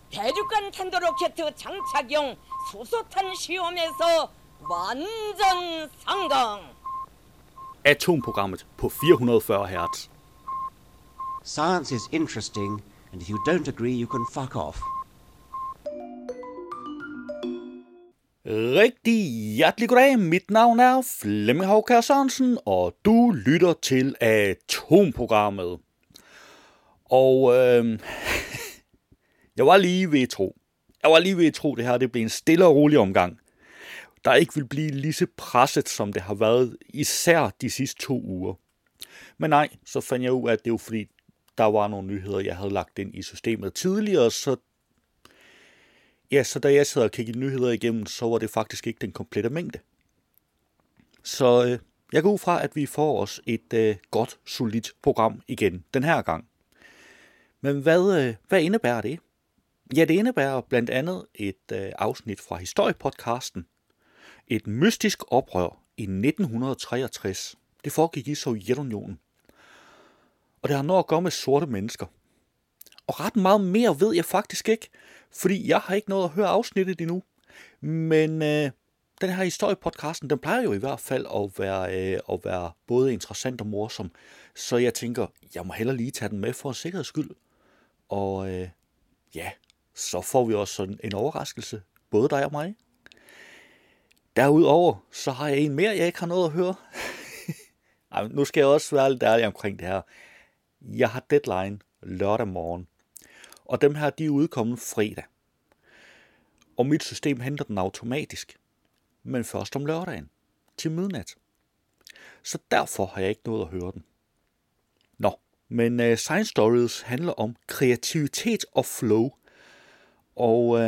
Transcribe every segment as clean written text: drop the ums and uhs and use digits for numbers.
대륙간 탄도로켓 장착용 수소탄 시험에서 완전 성공. Atomprogrammet på 440 Hz. Science is interesting, and if you don't agree, you can fuck off. Rigtig hjertelig goddag. Mit navn er Flemming Haukær Sørensen, og du lytter til Atomprogrammet. Og jeg var lige ved at tro, det her det blev en stille og rolig omgang, der ikke vil blive lige så presset, som det har været, især de sidste 2 uger. Men nej, så fandt jeg ud af, at det var fordi, der var nogle nyheder, jeg havde lagt ind i systemet tidligere, så da jeg sad og kiggede nyheder igennem, så var det faktisk ikke den komplette mængde. Så jeg går ud fra, at vi får os et godt, solidt program igen den her gang. Men hvad indebærer det? Ja, det indebærer blandt andet et afsnit fra historiepodcasten. Et mystisk oprør i 1963. Det foregik i Sovjetunionen. Og det har noget at gøre med sorte mennesker. Og ret meget mere ved jeg faktisk ikke, fordi jeg har ikke nået at høre afsnittet endnu. Men den her historiepodcasten, den plejer jo i hvert fald at være både interessant og morsom. Så jeg tænker, jeg må hellere lige tage den med for en sikkerheds skyld. Og så får vi også sådan en overraskelse, både dig og mig. Derudover, så har jeg en mere, jeg ikke har nået at høre. Ej, nu skal jeg også være lidt ærlig omkring det her. Jeg har deadline lørdag morgen. Og dem her, de er udkommet fredag. Og mit system henter den automatisk. Men først om lørdagen. Til midnat. Så derfor har jeg ikke nået at høre den. Nå, men Science Stories handler om kreativitet og flow. Og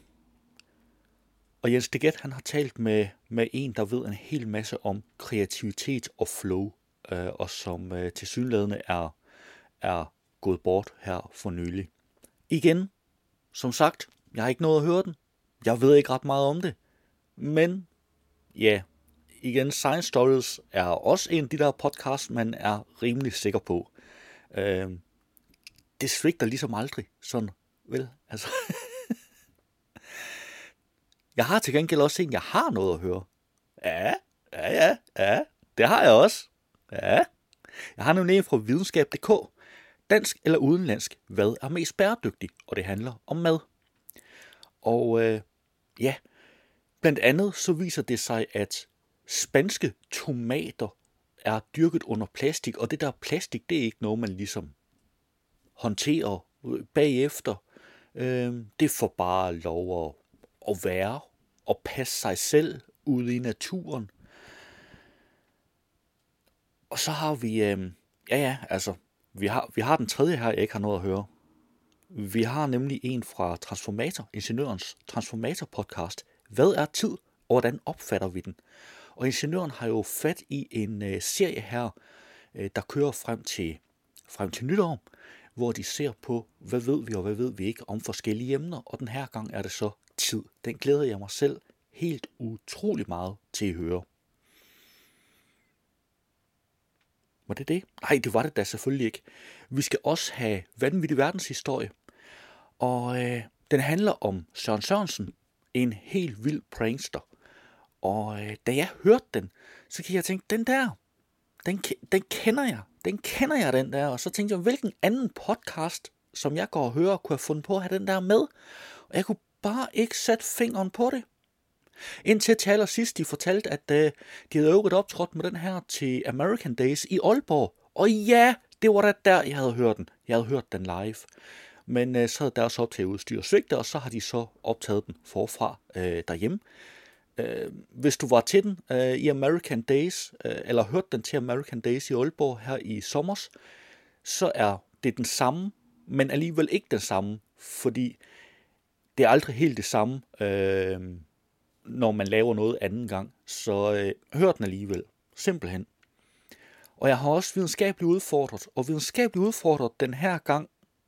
Jens Deget, han har talt med en, der ved en hel masse om kreativitet og flow. Og som tilsyneladende er gået bort her for nylig. Igen, som sagt, jeg har ikke nået at høre den. Jeg ved ikke ret meget om det. Men ja, igen, Science Stories er også en af de der podcasts, man er rimelig sikker på. Det svigter ligesom aldrig, sådan, vel? Altså. Jeg har til gengæld også en, jeg har noget at høre. Ja, det har jeg også. Ja. Jeg har nemlig en fra videnskab.dk. Dansk eller udenlandsk, hvad er mest bæredygtigt? Og det handler om mad. Og blandt andet så viser det sig, at spanske tomater er dyrket under plastik. Og det der plastik, det er ikke noget, man ligesom håndterer bagefter. Det får bare lov at være og passe sig selv ude i naturen. Og så har vi, vi har den tredje her, jeg ikke har noget at høre. Vi har nemlig en fra Ingeniørens Transformator-podcast. Hvad er tid, og hvordan opfatter vi den? Og Ingeniøren har jo fat i en serie her, der kører frem til nytår, hvor de ser på, hvad ved vi og hvad ved vi ikke om forskellige emner. Og den her gang er det så tid. Den glæder jeg mig selv helt utrolig meget til at høre. Var det det? Nej, det var det da selvfølgelig ikke. Vi skal også have vanvittig verdenshistorie. Og den handler om Søren Sørensen, en helt vild prankster. Og da jeg hørte den, så kan jeg tænke, den kender jeg. Den kender jeg, den der. Og så tænkte jeg, hvilken anden podcast, som jeg går og hører, kunne have fundet på at have den der med. Og jeg kunne bare ikke sætte fingeren på det. Indtil til allersidst, de fortalte, at de havde øvrigt optrådt med den her til American Days i Aalborg. Og ja, det var da der, jeg havde hørt den. Jeg havde hørt den live. Men så havde deres optageudstyr svigtet, og så har de så optaget den forfra derhjemme. Hvis du var til den i American Days, eller hørt den til American Days i Aalborg her i sommers, så er det den samme, men alligevel ikke den samme, fordi det er aldrig helt det samme, når man laver noget anden gang. Så hør den alligevel. Simpelthen. Og jeg har også videnskabeligt udfordret, den her gang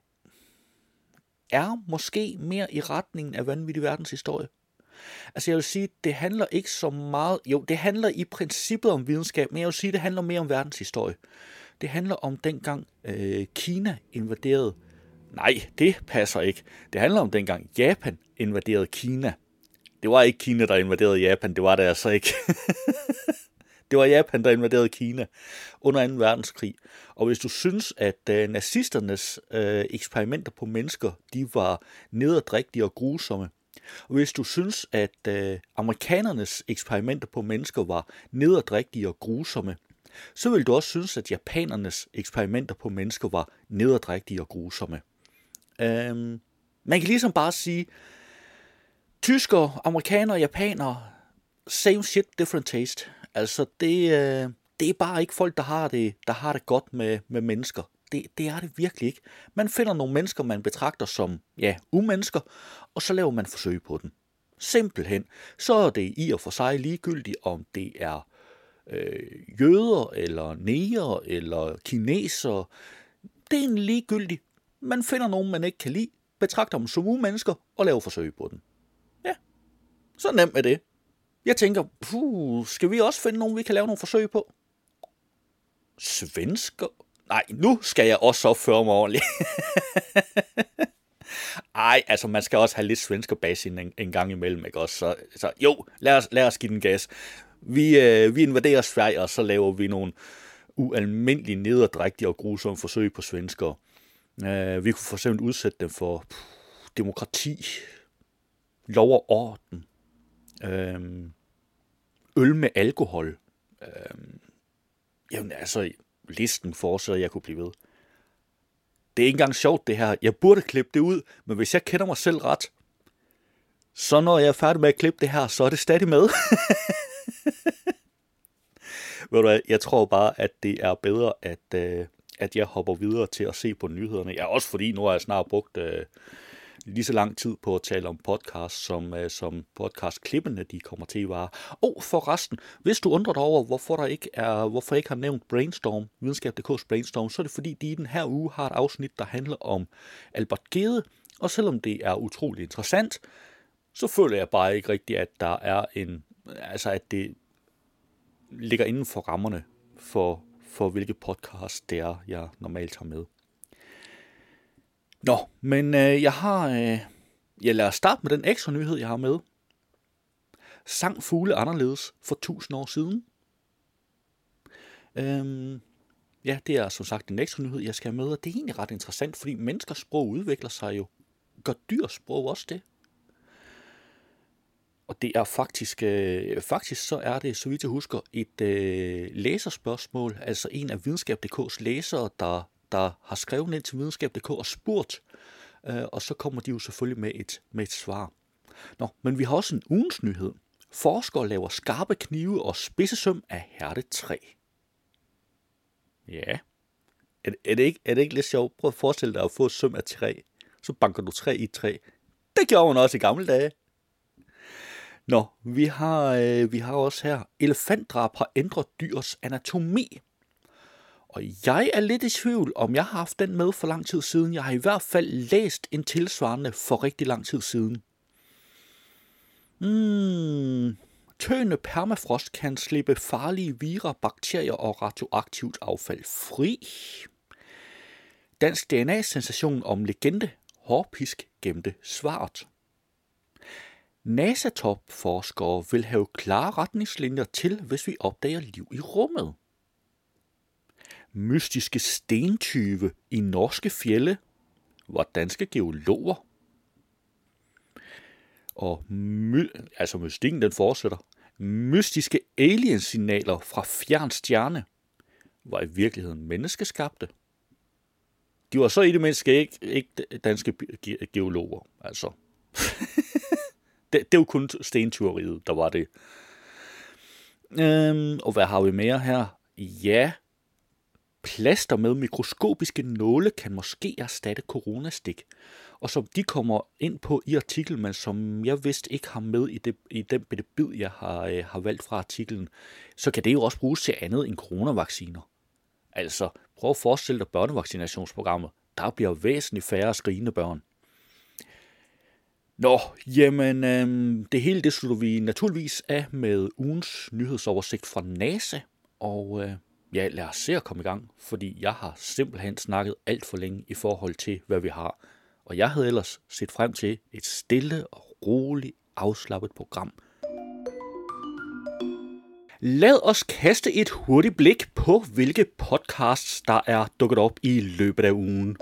er måske mere i retningen af vanvittig verdenshistorie. Altså jeg vil sige, det handler ikke så meget, jo det handler i princippet om videnskab, men jeg vil sige, det handler mere om verdenshistorie. Det handler om dengang Kina invaderede Nej, det passer ikke. Det handler om dengang Japan invaderede Kina. Det var ikke Kina, der invaderede Japan. Det var det altså ikke. Det var Japan, der invaderede Kina under 2. verdenskrig. Og hvis du synes, at nazisternes eksperimenter på mennesker, de var nederdrægtige og grusomme, og hvis du synes, at amerikanernes eksperimenter på mennesker var nederdrægtige og grusomme, så vil du også synes, at japanernes eksperimenter på mennesker var nederdrægtige og grusomme. Man kan ligesom bare sige, tyskere, amerikanere, japanere, same shit, different taste. Altså, det er bare ikke folk, der har det godt med mennesker. Det er det virkelig ikke. Man finder nogle mennesker, man betragter som, umennesker, og så laver man forsøg på dem. Simpelthen. Så er det i og for sig ligegyldigt, om det er jøder, eller neger, eller kinesere. Det er en ligegyldigt. Man finder nogen, man ikke kan lide, betragter dem som umennesker, og laver forsøg på dem. Ja, så nemt er det. Jeg tænker, skal vi også finde nogen, vi kan lave nogle forsøg på? Svensker? Nej, nu skal jeg også opføre mig ordentligt. Ej, altså man skal også have lidt svensker bas en gang imellem, ikke også? Så jo, lad os give den gas. Vi invaderer Sverige, og så laver vi nogle ualmindelige nederdrægtige og grusomme forsøg på svenskere. Vi kunne for eksempel udsætte dem for demokrati, lov og orden, øl med alkohol. Jamen altså, listen fortsætter, jeg kunne blive ved. Det er ikke engang sjovt det her. Jeg burde klippe det ud, men hvis jeg kender mig selv ret, så når jeg er færdig med at klippe det her, så er det stadig med. Ved du hvad, jeg tror bare, at det er bedre, at jeg hopper videre til at se på nyhederne. Ja, også fordi nu har jeg snart brugt lige så lang tid på at tale om podcast, som podcastklippene de kommer til at vare. Og forresten, hvis du undrer dig over, hvorfor jeg ikke har nævnt Brainstorm, videnskab.dk's Brainstorm, så er det fordi, de i den her uge har et afsnit, der handler om Albert Gede, og selvom det er utroligt interessant, så føler jeg bare ikke rigtigt, at der er at det ligger inden for rammerne for hvilke podcast det er, jeg normalt har med. Nå, men lad os starte med den ekstra nyhed, jeg har med. Sang fugle anderledes for 1000 år siden? Det er som sagt en ekstra nyhed, jeg skal have med, og det er egentlig ret interessant, fordi menneskers sprog udvikler sig jo. Gør dyrs sprog også det? Og det er faktisk så er det, så vidt jeg husker, et læserspørgsmål, altså en af videnskab.dk's læsere, der har skrevet ind til videnskab.dk og spurgt, og så kommer de jo selvfølgelig med et svar. Nå, men vi har også en ugens nyhed. Forskere laver skarpe knive og spidsesøm af hærtetræ. Ja, er det ikke lidt sjovt? Prøv at forestille dig at få et søm af træ. Så banker du træ i et træ. Det gjorde man også i gamle dage. Nå, vi har også her, elefantdrab har ændret dyrs anatomi. Og jeg er lidt i tvivl, om jeg har haft den med for lang tid siden. Jeg har i hvert fald læst en tilsvarende for rigtig lang tid siden. Tøende permafrost kan slippe farlige vira, bakterier og radioaktivt affald fri. Dansk DNA-sensation om legende. Hårpisk gemte svaret. NASA-topforskere vil have klare retningslinjer til, hvis vi opdager liv i rummet. Mystiske stentyve i norske fjelde var danske geologer. Og mystikken den fortsætter. Mystiske aliensignaler fra fjern stjerne var i virkeligheden menneskeskabte. De var så i det mindste ikke danske geologer, altså. Det er jo kun stentyveriet, der var det. Og hvad har vi mere her? Ja, plaster med mikroskopiske nåle kan måske erstatte coronastik. Og som de kommer ind på i artiklen, men som jeg vist ikke har med i den bitte bid, jeg har valgt fra artiklen, så kan det jo også bruges til andet end coronavacciner. Altså, prøv at forestille dig børnevaccinationsprogrammet. Der bliver væsentligt færre skrigende børn. Nå, jamen, det hele det slutter vi naturligvis af med ugens nyhedsoversigt fra NASA. Og lad os se at komme i gang, fordi jeg har simpelthen snakket alt for længe i forhold til, hvad vi har og jeg havde ellers set frem til et stille og roligt afslappet program. Lad os kaste et hurtigt blik på, hvilke podcasts, der er dukket op i løbet af ugen.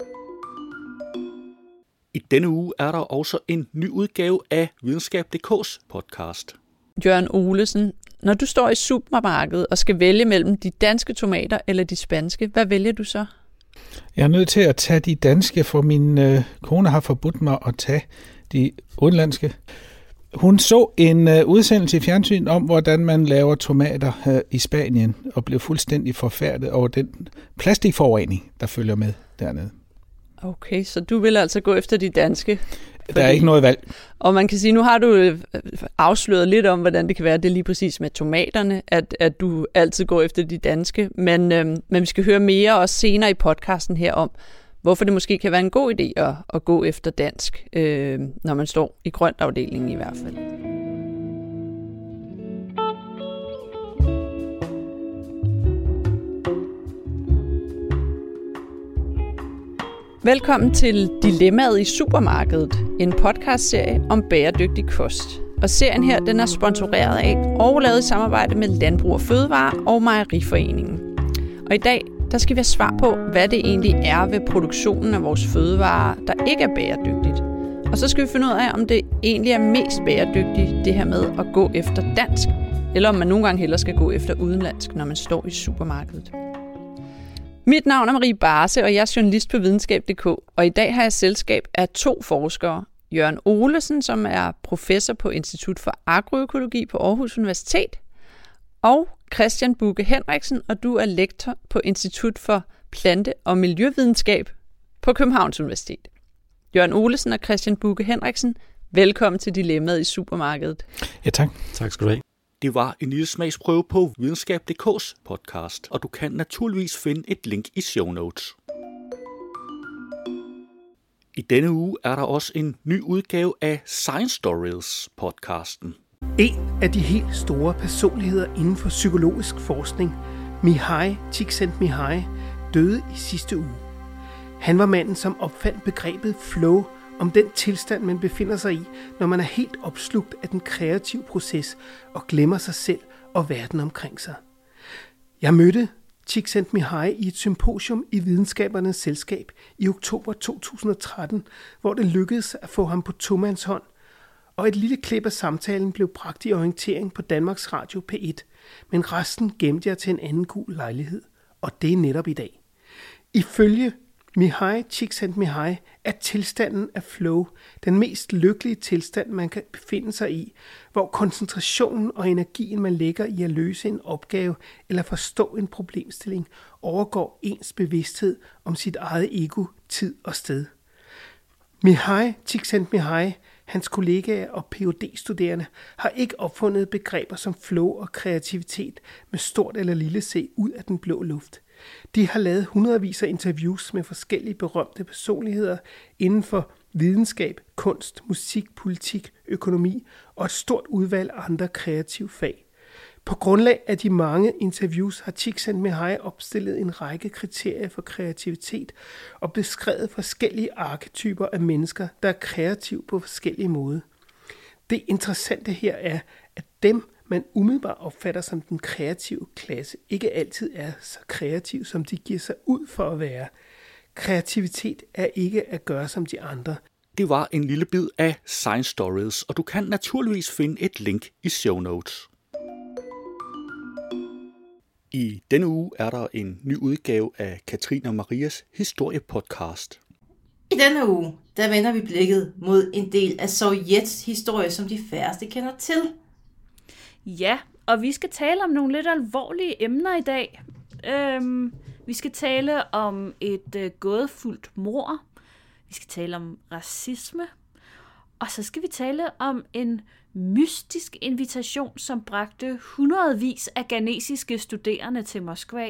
I denne uge er der også en ny udgave af Videnskab.dk's podcast. Jørgen Olesen, når du står i supermarkedet og skal vælge mellem de danske tomater eller de spanske, hvad vælger du så? Jeg er nødt til at tage de danske, for min kone har forbudt mig at tage de udenlandske. Hun så en udsendelse i fjernsyn om, hvordan man laver tomater i Spanien, og blev fuldstændig forfærdet over den plastikforurening, der følger med dernede. Okay, så du vil altså gå efter de danske? Der er ikke noget valg. Og man kan sige, nu har du afsløret lidt om, hvordan det kan være, det er lige præcis med tomaterne, at du altid går efter de danske. Men vi skal høre mere også senere i podcasten her om, hvorfor det måske kan være en god idé at gå efter dansk, når man står i grøntafdelingen i hvert fald. Velkommen til Dilemmaet i supermarkedet, en podcastserie om bæredygtig kost. Og serien her, den er sponsoreret af og lavet i samarbejde med Landbrug og Fødevare og Mejeriforeningen. Og i dag, der skal vi have svar på, hvad det egentlig er ved produktionen af vores fødevarer, der ikke er bæredygtigt. Og så skal vi finde ud af, om det egentlig er mest bæredygtigt, det her med at gå efter dansk, eller om man nogle gange hellere skal gå efter udenlandsk, når man står i supermarkedet. Mit navn er Marie Barse, og jeg er journalist på Videnskab.dk, og i dag har jeg selskab af 2 forskere. Jørgen Olesen, som er professor på Institut for Agroøkologi på Aarhus Universitet, og Christian Bugge Henriksen, og du er lektor på Institut for Plante- og Miljøvidenskab på Københavns Universitet. Jørgen Olesen og Christian Bugge Henriksen, velkommen til Dilemmaet i supermarkedet. Ja, tak. Tak skal du have. Det var en lille smagsprøve på Videnskab.dk's podcast, og du kan naturligvis finde et link i show notes. I denne uge er der også en ny udgave af Science Stories podcasten. En af de helt store personligheder inden for psykologisk forskning, Mihai Csikszentmihalyi, døde i sidste uge. Han var manden, som opfandt begrebet flow om den tilstand, man befinder sig i, når man er helt opslugt af den kreative proces og glemmer sig selv og verden omkring sig. Jeg mødte Csikszentmihalyi i et symposium i Videnskabernes Selskab i oktober 2013, hvor det lykkedes at få ham på tomandshånd, og et lille klip af samtalen blev bragt i orientering på Danmarks Radio P1, men resten gemte jeg til en anden gul lejlighed, og det er netop i dag. Ifølge Mihai Csikszentmihalyi er tilstanden af flow den mest lykkelige tilstand, man kan befinde sig i, hvor koncentrationen og energien, man lægger i at løse en opgave eller forstå en problemstilling, overgår ens bevidsthed om sit eget ego, tid og sted. Mihai Csikszentmihalyi, hans kollegaer og Ph.D.-studerende har ikke opfundet begreber som flow og kreativitet med stort eller lille c ud af den blå luft. De har lavet hundredvis af interviews med forskellige berømte personligheder inden for videnskab, kunst, musik, politik, økonomi og et stort udvalg af andre kreative fag. På grundlag af de mange interviews har Csikszentmihalyi opstillet en række kriterier for kreativitet og beskrevet forskellige arketyper af mennesker, der er kreative på forskellige måder. Det interessante her er, at dem, man umiddelbart opfatter som den kreative klasse, ikke altid er så kreativ, som de giver sig ud for at være. Kreativitet er ikke at gøre som de andre. Det var en lille bid af Science Stories, og du kan naturligvis finde et link i show notes. I denne uge er der en ny udgave af Katrine og Marias historiepodcast. I denne uge, der vender vi blikket mod en del af Sovjets historie, som de færreste kender til. Ja, og vi skal tale om nogle lidt alvorlige emner i dag. Vi skal tale om et gådefuldt mord. Vi skal tale om racisme. Og så skal vi tale om en mystisk invitation, som bragte hundredvis af ghanesiske studerende til Moskva.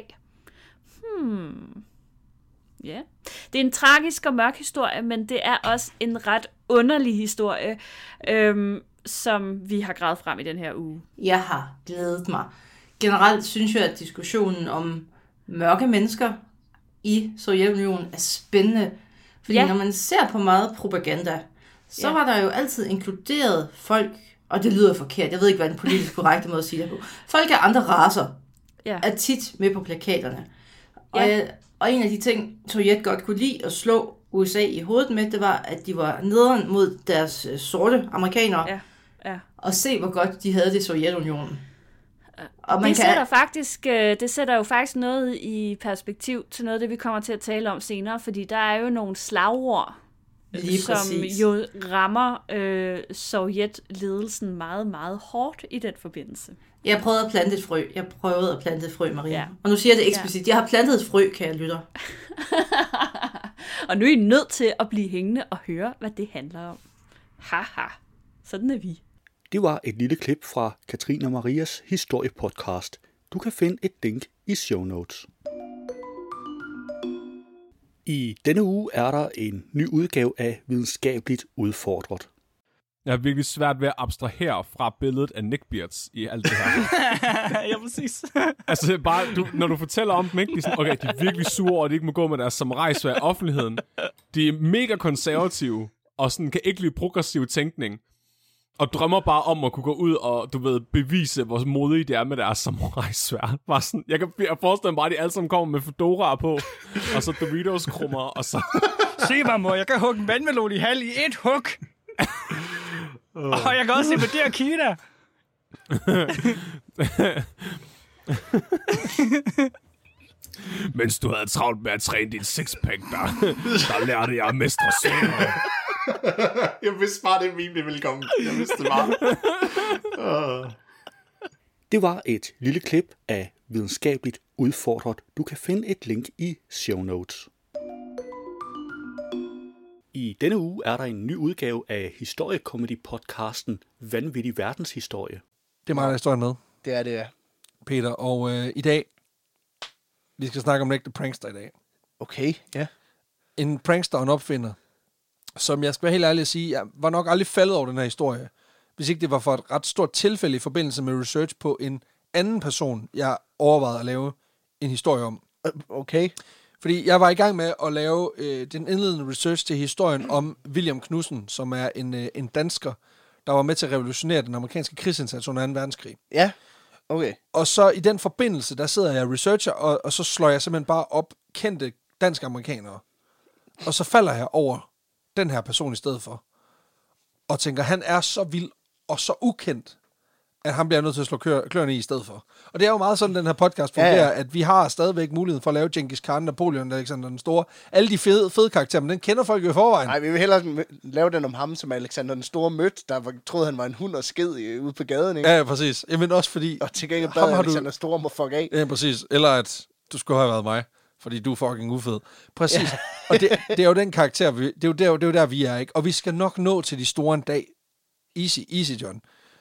Ja. Det er en tragisk og mørk historie, men det er også en ret underlig historie, som vi har gravet frem i den her uge. Jeg har glædet mig. Generelt synes jeg, at diskussionen om mørke mennesker i Sovjetunionen er spændende, Fordi når man ser på meget propaganda, så var der jo altid inkluderet folk, og det lyder forkert, jeg ved ikke, hvad den politisk korrekte måde at sige det på. Folk af andre racer er tit med på plakaterne. Og en af de ting, Sovjet godt kunne lide at slå USA i hovedet med, det var, at de var nederen mod deres sorte amerikanere, og se, hvor godt de havde det i Sovjetunionen. Og det sætter jo faktisk noget i perspektiv til noget af det, vi kommer til at tale om senere, fordi der er jo nogle slagord, som jo rammer Sovjetledelsen meget, meget hårdt i den forbindelse. Jeg prøvede at plante et frø. Maria. Ja. Og nu siger jeg det eksplicit. Jeg har plantet et frø, kære lytter. Og nu er I nødt til at blive hængende og høre, hvad det handler om. Haha, sådan er vi. Det var et lille klip fra Katrine og Marias historiepodcast. Du kan finde et link i show notes. I denne uge er der en ny udgave af Videnskabeligt Udfordret. Jeg har virkelig svært ved at abstrahere fra billedet af neckbeards i alt det her. Ja, præcis. Altså bare, når du fortæller om dem, ikke? De er sådan, okay, de er virkelig sure, og de ikke må gå med deres samurajsværd i offentligheden. De er mega konservative, og sådan kan ikke lide progressiv tænkning. Og drømmer bare om at kunne gå ud og, bevise, hvor modige de er med deres samurajsværd. Bare sådan, jeg forestiller mig bare, at de alle sammen kommer med fedoraer på, og så Doritos-krummer, og så... Se mig, mor, jeg kan hugge en vandmelon i halv i et hug. Og jeg kan også invadere Kina. Mens du havde travlt med at træne din sixpack, der lærte jeg at mestre søvn. Jeg vidste bare, det meme, det ville komme. Jeg vidste det bare. Det var et lille klip af Videnskabeligt Udfordret. Du kan finde et link i show notes. I denne uge er der en ny udgave af historiekomedy-podcasten Vanvittig Verdenshistorie. Det er mig, der er historien med. Det er det, ja. Peter, og i dag, vi skal snakke om en ægte prankster i dag. Okay, ja. En prankster og en opfinder, som jeg skal være helt ærlig at sige, jeg var nok aldrig faldet over den her historie, hvis ikke det var for et ret stort tilfælde i forbindelse med research på en anden person, jeg overvejede at lave en historie om. Okay. Fordi jeg var i gang med at lave den indledende research til historien om William Knudsen, som er en dansker, der var med til at revolutionere den amerikanske krigsindsats under 2. verdenskrig. Ja, okay. Og så i den forbindelse, der sidder jeg og researcher, og så slår jeg simpelthen bare op kendte danske amerikanere. Og så falder jeg over den her person i stedet for. Og tænker, han er så vild og så ukendt, at han bliver nødt til at slå kløerne i stedet for. Og det er jo meget sådan, den her podcast fungerer, at vi har stadigvæk muligheden for at lave Genghis Khan, Napoleon, Alexander den Store. Alle de fede karakterer, men den kender folk jo i forvejen. Nej, vi vil hellere lave den om ham, som Alexander den Store mødte, der troede, han var en hund og sked ude på gaden, ikke? Ja, præcis. Jamen også fordi... Og til gengæld bad Alexander den Store må fuck af. Ja, præcis. Eller at du skulle have været mig, fordi du er fucking ufed. Præcis. Ja. Og det er jo den karakter, det er jo der, vi er, ikke? Og vi skal nok nå til de store en dag. Easy, John.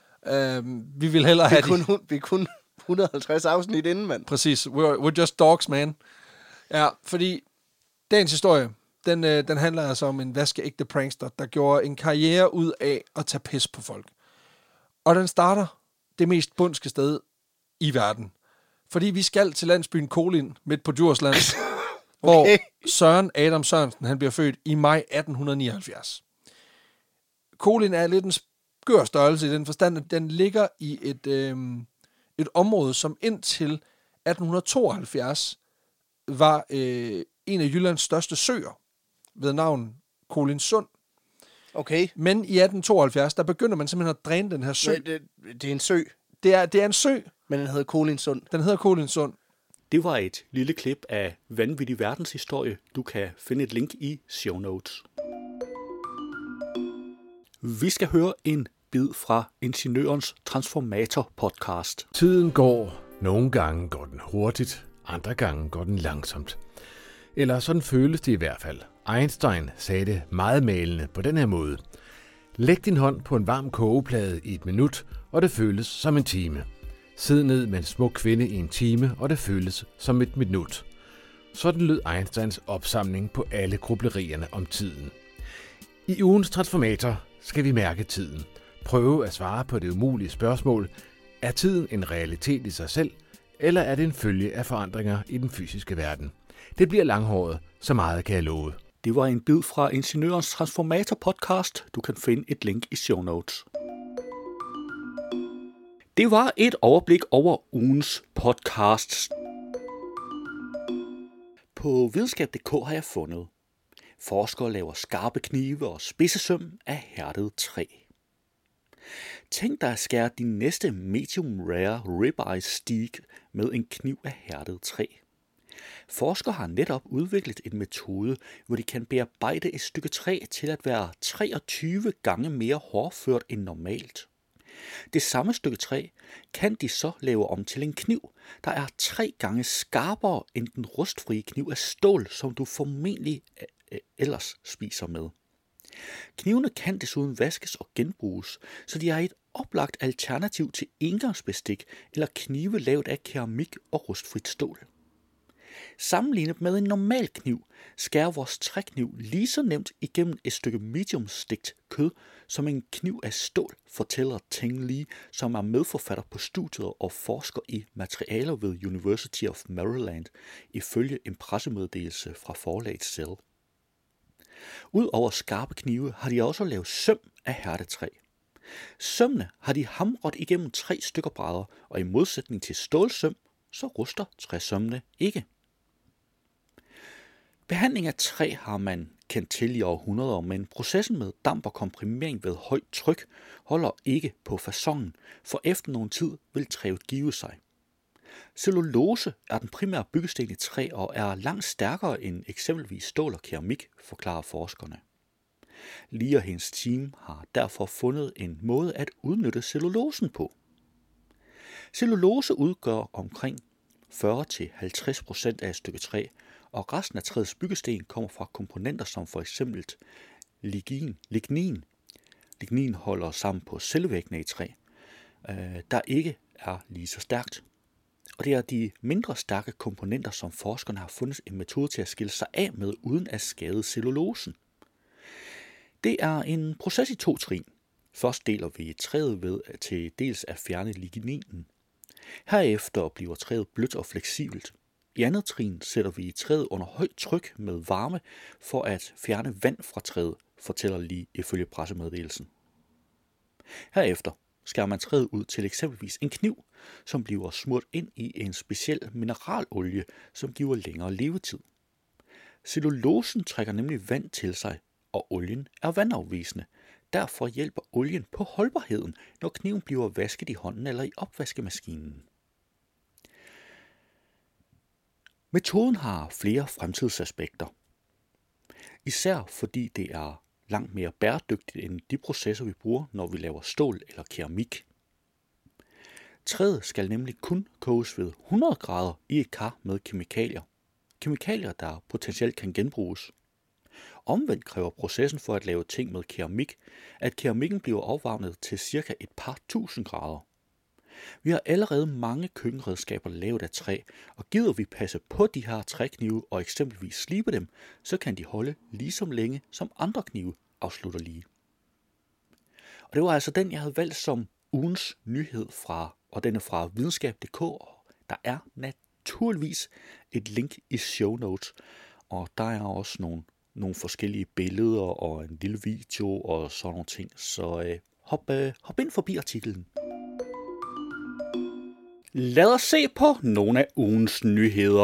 Vi vil hellere have vi er kun 150 afsnit inden, mand. Præcis. We're just dogs, man. Ja, fordi dagens historie, den handler altså om en vaskeægte prankster, der gjorde en karriere ud af at tage pis på folk. Og den starter det mest bundske sted i verden. Fordi vi skal til landsbyen Kolind, midt på Djursland, hvor Søren Adam Sørensen, han bliver født i maj 1879. Kolind er lidt en skør størrelse i den forstand, at den ligger i et område, som indtil 1872 var en af Jyllands største søer, ved navn Kolindsund. Okay. Men i 1872, der begynder man simpelthen at dræne den her sø. Det er en sø? Det er en sø. Men den hedder Kolindsund? Den hedder Kolindsund. Det var et lille klip af Vanvittig Verdenshistorie. Du kan finde et link i show notes. Vi skal høre en bid fra Ingeniørens Transformator-podcast. Tiden går. Nogle gange går den hurtigt, andre gange går den langsomt. Eller sådan føles det i hvert fald. Einstein sagde det meget malende på den her måde. Læg din hånd på en varm kogeplade i 1 minut, og det føles som en time. Sid ned med en smuk kvinde i 1 time, og det føles som 1 minut. Sådan lød Einsteins opsamling på alle grublerierne om tiden. I ugens Transformator skal vi mærke tiden. Prøve at svare på det umulige spørgsmål. Er tiden en realitet i sig selv, eller er det en følge af forandringer i den fysiske verden? Det bliver langhåret, så meget kan jeg love. Det var en bid fra Ingeniørens Transformator podcast. Du kan finde et link i show notes. Det var et overblik over ugens podcasts. På videnskab.dk har jeg fundet: forskere laver skarpe knive og spidsesøm af hærdet træ. Tænk dig at skære din næste medium rare ribeye steak med en kniv af hærdet træ. Forskere har netop udviklet en metode, hvor de kan bearbejde et stykke træ til at være 23 gange mere hårdført end normalt. Det samme stykke træ kan de så lave om til en kniv, der er 3 gange skarpere end den rustfrie kniv af stål, som du formentlig ellers spiser med. Knivene kan desuden vaskes og genbruges, så de er et oplagt alternativ til engangsbestik eller knive lavet af keramik og rustfrit stål. Sammenlignet med en normal kniv skærer vores trækniv lige så nemt igennem et stykke medium-stegt kød som en kniv af stål, fortæller Ting Lee, som er medforfatter på studiet og forsker i materialer ved University of Maryland, ifølge en pressemeddelelse fra forlaget Cell. Udover skarpe knive har de også lavet søm af hærtetræ. Sømmene har de hamret igennem 3 stykker brædder, og i modsætning til stålsøm, så ruster træsømmene ikke. Behandling af træ har man kendt til i århundreder, men processen med damp og komprimering ved højt tryk holder ikke på faconen, for efter nogen tid vil træet give sig. Cellulose er den primære byggesten i træ og er langt stærkere end eksempelvis stål og keramik, forklarer forskerne. Lee og hendes team har derfor fundet en måde at udnytte cellulosen på. Cellulose udgør omkring 40-50% af et stykke træ, og resten af træets byggesten kommer fra komponenter som for eksempel lignin. Lignin holder sammen på cellevæggene i træ, der ikke er lige så stærkt. Og det er de mindre stærke komponenter, som forskerne har fundet en metode til at skille sig af med, uden at skade cellulosen. Det er en proces i 2 trin. Først deler vi træet ved til dels at fjerne ligninen. Herefter bliver træet blødt og fleksibelt. I andet trin sætter vi træet under højt tryk med varme for at fjerne vand fra træet, fortæller Lee ifølge pressemeddelelsen. Herefter skærer man træet ud til eksempelvis en kniv, som bliver smurt ind i en speciel mineralolie, som giver længere levetid. Cellulosen trækker nemlig vand til sig, og olien er vandafvisende. Derfor hjælper olien på holdbarheden, når kniven bliver vasket i hånden eller i opvaskemaskinen. Metoden har flere fremtidsaspekter. Især fordi det er langt mere bæredygtigt end de processer, vi bruger, når vi laver stål eller keramik. Træet skal nemlig kun koges ved 100 grader i et kar med kemikalier. Kemikalier, der potentielt kan genbruges. Omvendt kræver processen for at lave ting med keramik, at keramikken bliver opvarmet til ca. et par tusind grader. Vi har allerede mange køkkenredskaber lavet af træ, og gider vi passe på de her træknive og eksempelvis slibe dem, så kan de holde lige så længe som andre knive, afslutter Lee. Og det var altså den, jeg havde valgt som ugens nyhed og den er fra videnskab.dk, og der er naturligvis et link i show notes, og der er også nogle forskellige billeder og en lille video og sådan nogle ting, så hop ind forbi artiklen. Lad os se på nogle af ugens nyheder.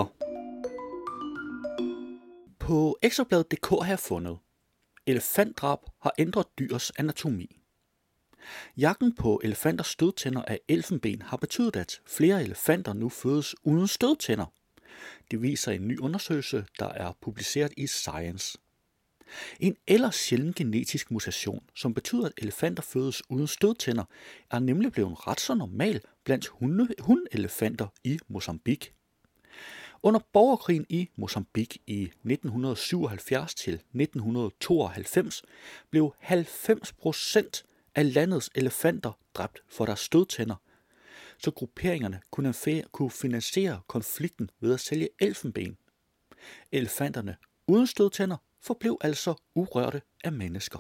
På ekstrabladet.dk har jeg fundet: elefantdrab har ændret dyrs anatomi. Jagten på elefanters stødtænder af elfenben har betydet, at flere elefanter nu fødes uden stødtænder. Det viser en ny undersøgelse, der er publiceret i Science. En ellers sjælden genetisk mutation, som betyder, at elefanter fødes uden stødtænder, er nemlig blevet ret så normal blandt hundelefanter i Mozambique. Under borgerkrigen i Mozambique i 1977 til 1992 blev 90% af landets elefanter dræbt for deres stødtænder, så grupperingerne kunne finansiere konflikten ved at sælge elfenben. Elefanterne uden stødtænder forblev altså urørte af mennesker.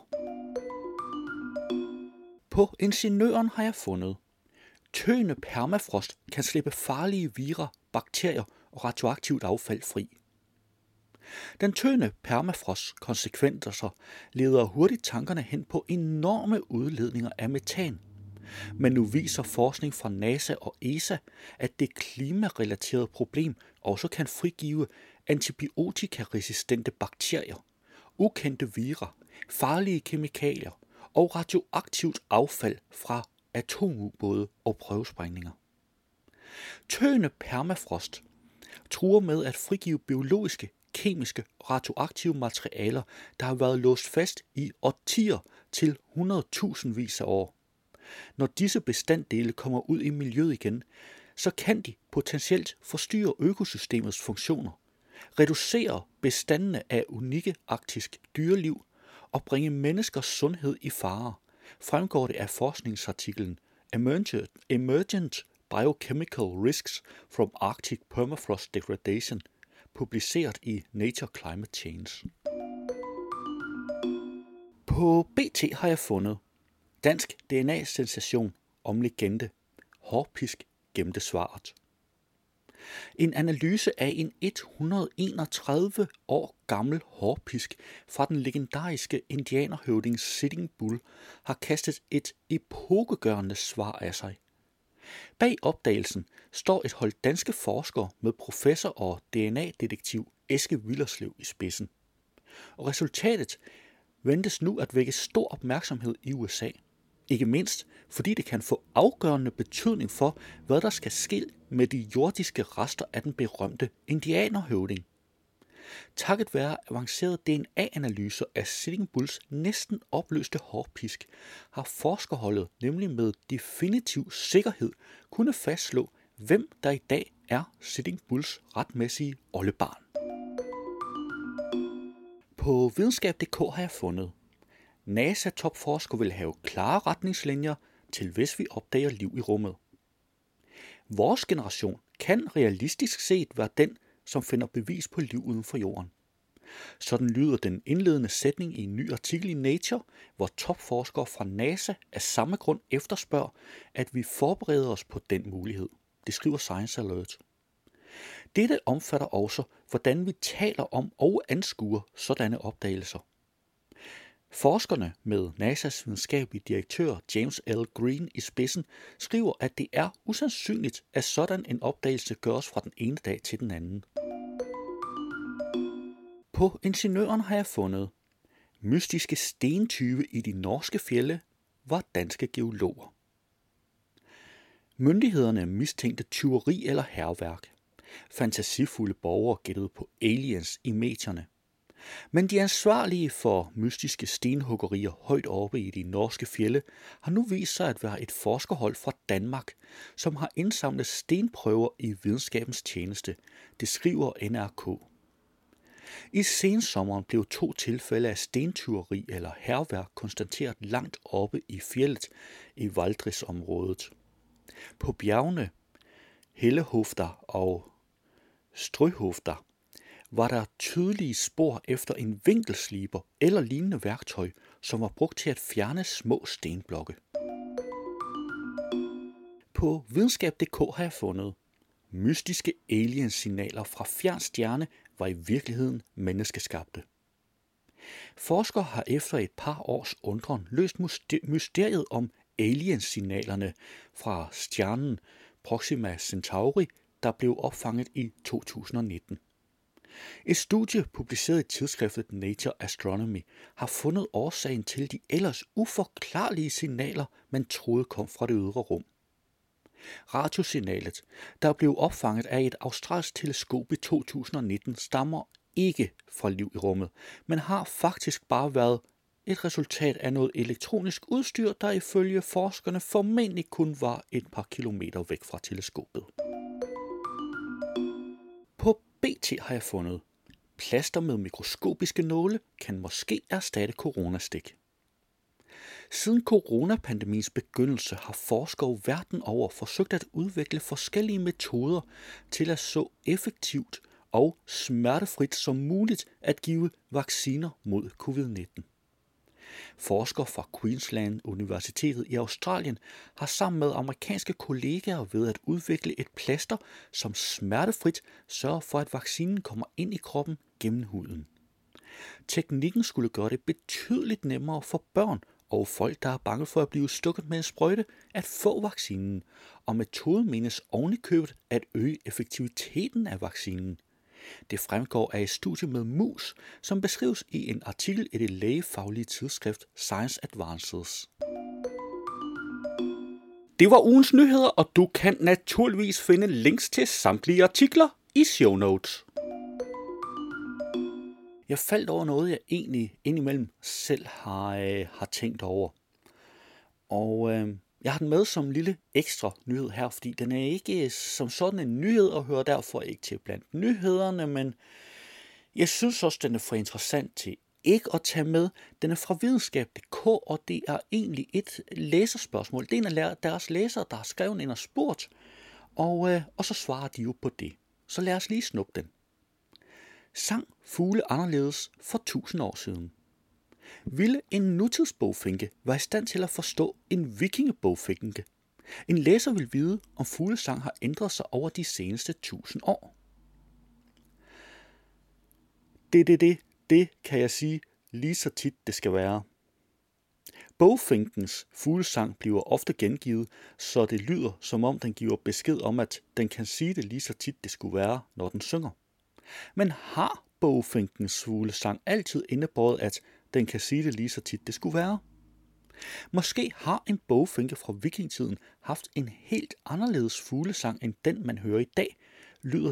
På Ingeniøren har jeg fundet: tøende permafrost kan slippe farlige vira, bakterier og radioaktivt affald fri. Den tynde permafrost konsekvenser leder hurtigt tankerne hen på enorme udledninger af metan. Men nu viser forskning fra NASA og ESA, at det klimarelaterede problem også kan frigive antibiotikaresistente bakterier, ukendte vira, farlige kemikalier og radioaktivt affald fra atomubåde og prøvesprængninger. Tøende permafrost truer med at frigive biologiske, kemiske og radioaktive materialer, der har været låst fast i årtier til 100.000 af år. Når disse bestanddele kommer ud i miljøet igen, så kan de potentielt forstyrre økosystemets funktioner, reducere bestandene af unikke arktisk dyreliv og bringe menneskers sundhed i fare, fremgår det af forskningsartiklen Emergent Biochemical Risks from Arctic Permafrost Degradation, publiceret i Nature Climate Change. På BT har jeg fundet dansk DNA-sensation om legende. Hårpisk gemte svaret. En analyse af en 131 år gammel hårpisk fra den legendariske indianerhøvding Sitting Bull har kastet et epokegørende svar af sig. Bag opdagelsen står et hold danske forskere med professor og DNA-detektiv Eske Willerslev i spidsen. Og resultatet ventes nu at vække stor opmærksomhed i USA. Ikke mindst, fordi det kan få afgørende betydning for, hvad der skal ske med de jordiske rester af den berømte indianerhøvding. Takket være avancerede DNA-analyser af Sitting Bulls næsten opløste hårpisk, har forskerholdet nemlig med definitiv sikkerhed kunne fastslå, hvem der i dag er Sitting Bulls retmæssige oldebarn. På videnskab.dk har jeg fundet: NASA-topforsker vil have klare retningslinjer til, hvis vi opdager liv i rummet. Vores generation kan realistisk set være den, som finder bevis på liv uden for jorden. Sådan lyder den indledende sætning i en ny artikel i Nature, hvor topforskere fra NASA af samme grund efterspørger, at vi forbereder os på den mulighed. Det skriver Science Alert. Dette omfatter også, hvordan vi taler om og anskuer sådanne opdagelser. Forskerne med NASA's videnskabelige direktør James L. Green i spidsen skriver, at det er usandsynligt, at sådan en opdagelse gøres fra den ene dag til den anden. På Ingeniøren har jeg fundet: mystiske stentyve i de norske fjelde var danske geologer. Myndighederne mistænkte tyveri eller hærværk. Fantasifulde borgere gættede på aliens i medierne. Men de ansvarlige for mystiske stenhuggerier højt oppe i de norske fjelde har nu vist sig at være et forskerhold fra Danmark, som har indsamlet stenprøver i videnskabens tjeneste. Det skriver NRK. I sensommeren blev 2 tilfælde af stentyveri eller hærværk konstateret langt oppe i fjeldet i Valdrisområdet. På bjergene Hellehofta og Strøhofta var der tydelige spor efter en vinkelsliber eller lignende værktøj, som var brugt til at fjerne små stenblokke. På videnskab.dk har jeg fundet: mystiske aliensignaler fra fjern stjerne var i virkeligheden menneskeskabte. Forskere har efter et par års undren løst mysteriet om aliensignalerne fra stjernen Proxima Centauri, der blev opfanget i 2019. Et studie publiceret i tidsskriftet Nature Astronomy har fundet årsagen til de ellers uforklarlige signaler, man troede kom fra det ydre rum. Radiosignalet, der blev opfanget af et australsk teleskop i 2019, stammer ikke fra liv i rummet, men har faktisk bare været et resultat af noget elektronisk udstyr, der ifølge forskerne formentlig kun var et par kilometer væk fra teleskopet. På BT har jeg fundet: plaster med mikroskopiske nåle kan måske erstatte coronastik. Siden coronapandemiens begyndelse har forskere verden over forsøgt at udvikle forskellige metoder til at så effektivt og smertefrit som muligt at give vacciner mod covid-19. Forskere fra Queensland Universitetet i Australien har sammen med amerikanske kollegaer ved at udvikle et plaster, som smertefrit sørger for, at vaccinen kommer ind i kroppen gennem huden. Teknikken skulle gøre det betydeligt nemmere for børn og folk, der er bange for at blive stukket med en sprøjte, at få vaccinen, og metoden menes ovenikøbet at øge effektiviteten af vaccinen. Det fremgår af et studie med mus, som beskrives i en artikel i det lægefaglige tidsskrift Science Advances. Det var ugens nyheder, og du kan naturligvis finde links til samtlige artikler i show notes. Jeg faldt over noget, jeg egentlig indimellem selv har tænkt over. Og jeg har den med som en lille ekstra nyhed her, fordi den er ikke som sådan en nyhed, og hører derfor ikke til blandt nyhederne, men jeg synes også, den er for interessant til ikke at tage med. Den er fra videnskab.dk, og det er egentlig et læserspørgsmål. Det er en af deres læsere, der har skrevet ind og spurgt, og så svarer de jo på det. Så lad os lige snuppe den. Sang fugle anderledes for 1000 år siden? Ville en nutidsbogfinke være i stand til at forstå en vikingebogfinke? En læser vil vide, om fuglesang har ændret sig over de seneste 1000 år. Det kan jeg sige lige så tit det skal være. Bogfinkens fuglesang bliver ofte gengivet, så det lyder, som om den giver besked om, at den kan sige det lige så tit det skulle være, når den synger. Men har bogfinkens fuglesang altid indebåret, at den kan sige det lige så tit det skulle være? Måske har en bogfinke fra vikingetiden haft en helt anderledes fuglesang end den, man hører i dag, lyder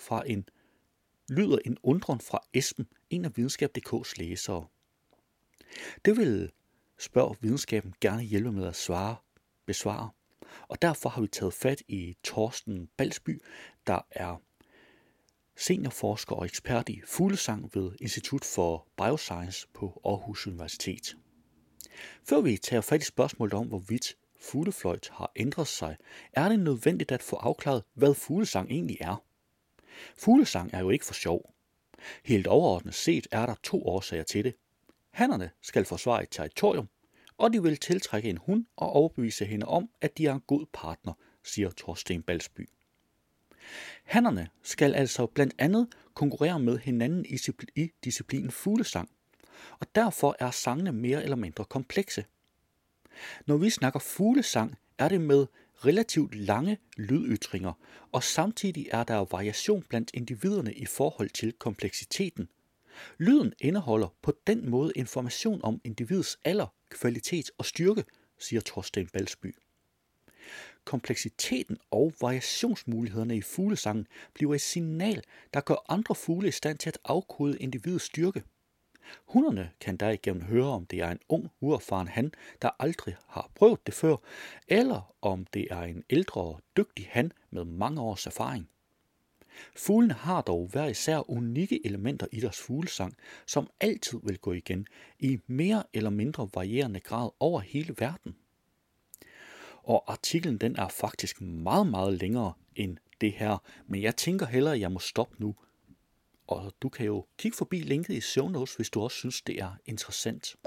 en undren fra Esben, en af videnskab.dk's læsere. Det vil spørg videnskaben gerne hjælpe med at besvare, og derfor har vi taget fat i Torsten Balsby, der er seniorforsker og ekspert i fuglesang ved Institut for Bioscience på Aarhus Universitet. Før vi tager fat i spørgsmålet om, hvorvidt fuglefløjt har ændret sig, er det nødvendigt at få afklaret, hvad fuglesang egentlig er. Fuglesang er jo ikke for sjov. Helt overordnet set er der 2 årsager til det. Hannerne skal forsvare et territorium, og de vil tiltrække en hund og overbevise hende om, at de er en god partner, siger Torsten Balsby. Hannerne skal altså blandt andet konkurrere med hinanden i disciplinen fuglesang, og derfor er sangene mere eller mindre komplekse. Når vi snakker fuglesang, er det med relativt lange lydytringer, og samtidig er der variation blandt individerne i forhold til kompleksiteten. Lyden indeholder på den måde information om individets alder, kvalitet og styrke, siger Torsten Balsby. Kompleksiteten og variationsmulighederne i fuglesangen bliver et signal, der gør andre fugle i stand til at afkode individets styrke. Hunderne kan derigennem høre, om det er en ung, uerfaren han, der aldrig har prøvet det før, eller om det er en ældre og dygtig han med mange års erfaring. Fuglene har dog hver især unikke elementer i deres fuglesang, som altid vil gå igen i mere eller mindre varierende grad over hele verden. Og artiklen den er faktisk meget, meget længere end det her, men jeg tænker hellere, at jeg må stoppe nu. Og du kan jo kigge forbi linket i show notes, hvis du også synes, det er interessant.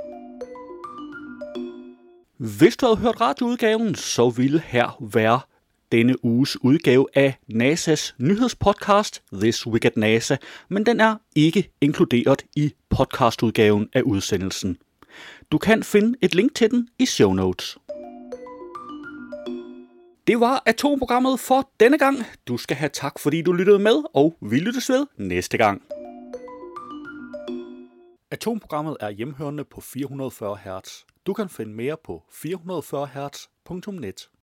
Hvis du havde hørt radioudgaven, så ville her være denne uges udgave af NASA's nyhedspodcast This Week at NASA, men den er ikke inkluderet i podcastudgaven af udsendelsen. Du kan finde et link til den i show notes. Det var Atomprogrammet for denne gang. Du skal have tak, fordi du lyttede med, og vi lyttes ved næste gang. Atomprogrammet er hjemhørende på 440 Hz. Du kan finde mere på 440hz.net.